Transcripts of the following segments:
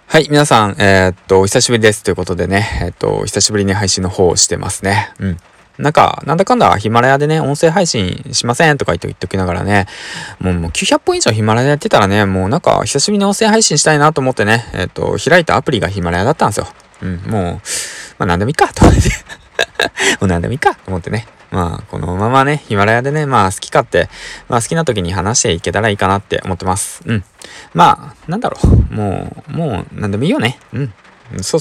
はい、皆さん、お久しぶりですということでね、久しぶりに配信の方をしてますね。なんだかんだヒマラヤでね、音声配信しませんとか言っときながらね、もう900本以上ヒマラヤやってたらね、もう久しぶりに音声配信したいなと思ってね、開いたアプリがヒマラヤだったんですよ。もう、何でもいいかと思って。もう何でもいいかと思ってね。このままね、ヒマラヤでね、好き勝手、好きな時に話していけたらいいかなって思ってます。もう、何でもいいよね。そう。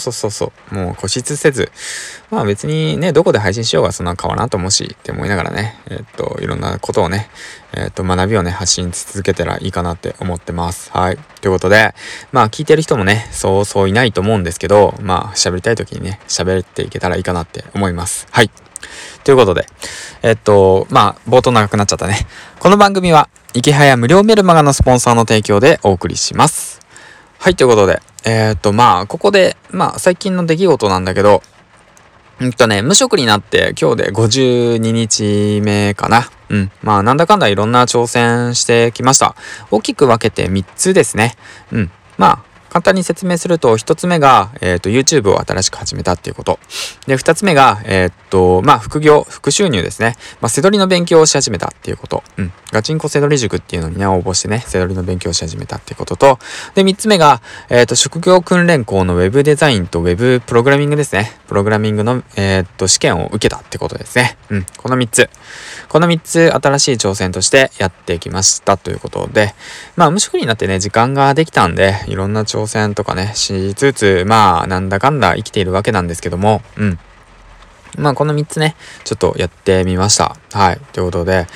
もう固執せず。別にね、どこで配信しようがそんな変わらんと思うし、って思いながらね、いろんなことをね、学びをね、発信し続けたらいいかなって思ってます。はい。ということで、聞いてる人もね、そうそういないと思うんですけど、喋りたい時にね、喋っていけたらいいかなって思います。はい。ということで、冒頭長くなっちゃったね。この番組は、池早無料メルマガのスポンサーの提供でお送りします。はい、ということで、ここで、最近の出来事なんだけど、無職になって今日で52日目かな。なんだかんだいろんな挑戦してきました。大きく分けて3つですね。簡単に説明すると、1つ目が、YouTube を新しく始めたっていうこと。で、2つ目が、副収入ですね。セドリの勉強をし始めたっていうこと。ガチンコセドリ塾っていうのにね、応募してね、セドリの勉強をし始めたっていうことと、で、3つ目が、職業訓練校のウェブデザインとウェブプログラミングですね。プログラミングの、試験を受けたってことですね。この3つ新しい挑戦としてやってきましたということで、無職になってね、時間ができたんで、いろんな挑戦とかね、しつつ、なんだかんだ生きているわけなんですけども、この3つね、ちょっとやってみました。はい。ということで、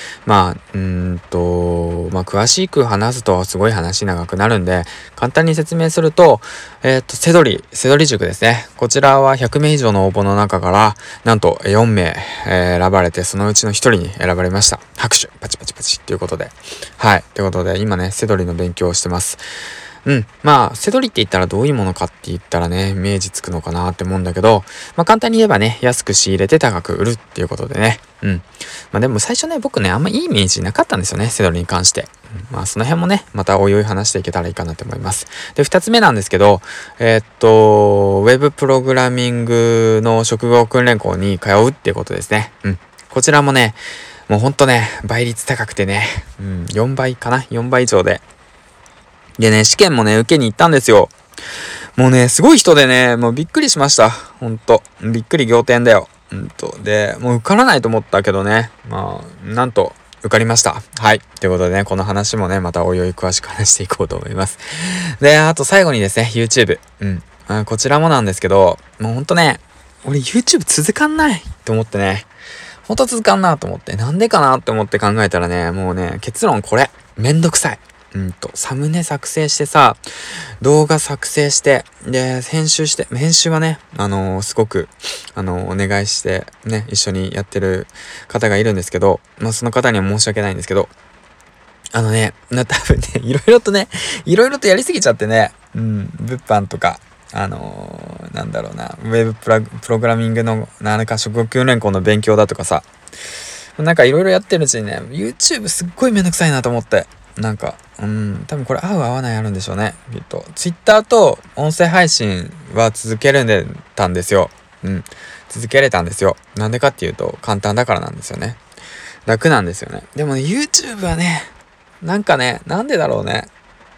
詳しく話すとすごい話長くなるんで、簡単に説明すると、セドリ塾ですね。こちらは100名以上の応募の中から、なんと4名、選ばれて、そのうちの1人に選ばれました。拍手、パチパチパチということで。はい。ということで、今ね、セドリの勉強をしてます。セドリって言ったらどういうものかって言ったらね、イメージつくのかなって思うんだけど、簡単に言えばね、安く仕入れて高く売るっていうことでね。でも最初ね、僕ね、あんまいいイメージなかったんですよね、セドリに関して。その辺もね、またおいおい話していけたらいいかなと思います。で、2つ目なんですけど、ウェブプログラミングの職業訓練校に通うっていうことですね。こちらもね、もうほんとね、倍率高くてね、4倍かな ?4 倍以上で。でね、試験もね、受けに行ったんですよ。もうね、すごい人でね、もうびっくりしました。ほんと。びっくり仰天だよ。で、もう受からないと思ったけどね、なんと、受かりました。はい。ということでね、この話もね、またおいおい詳しく話していこうと思います。で、あと最後にですね、YouTube。こちらもなんですけど、もうほんとね、俺 YouTube 続かんないと思ってね、ほんと続かんなと思って、なんでかなって思って考えたらね、もうね、結論これ。めんどくさい。サムネ作成してさ、動画作成して、で、編集はね、すごく、お願いして、ね、一緒にやってる方がいるんですけど、その方には申し訳ないんですけど、多分ね、いろいろとやりすぎちゃってね、物販とか、ウェブプログラミングの、職業訓練校の勉強だとかさ、いろいろやってるうちにね、YouTube すっごいめんどくさいなと思って、多分これ合う合わないあるんでしょうね。きっと。Twitter と音声配信は続けれたんですよ。続けれたんですよ。なんでかっていうと、簡単だからなんですよね。楽なんですよね。でもね、YouTube はね、なんでだろうね。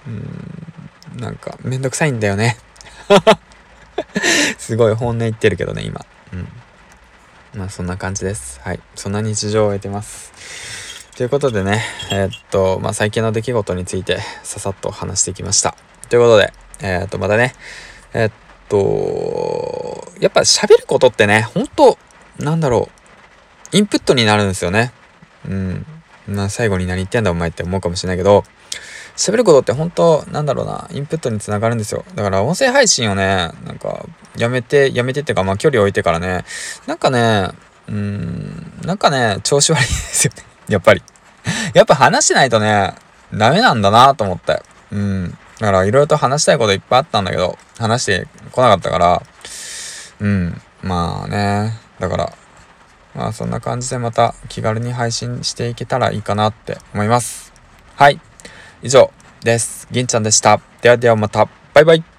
めんどくさいんだよね。すごい本音言ってるけどね、今。そんな感じです。はい。そんな日常を終えてます。ということでね、最近の出来事についてささっと話してきました。ということで、またね、やっぱ喋ることってね、ほんと、インプットになるんですよね。最後に何言ってんだお前って思うかもしれないけど、喋ることってほんと、インプットにつながるんですよ。だから音声配信をね、やめてっていうか、距離を置いてからね、調子悪いですよね。やっぱ話しないとね、ダメなんだなと思って。だからいろいろと話したいこといっぱいあったんだけど、話してこなかったから、だから、そんな感じでまた気軽に配信していけたらいいかなって思います。はい。以上です。銀ちゃんでした。ではではまた。バイバイ。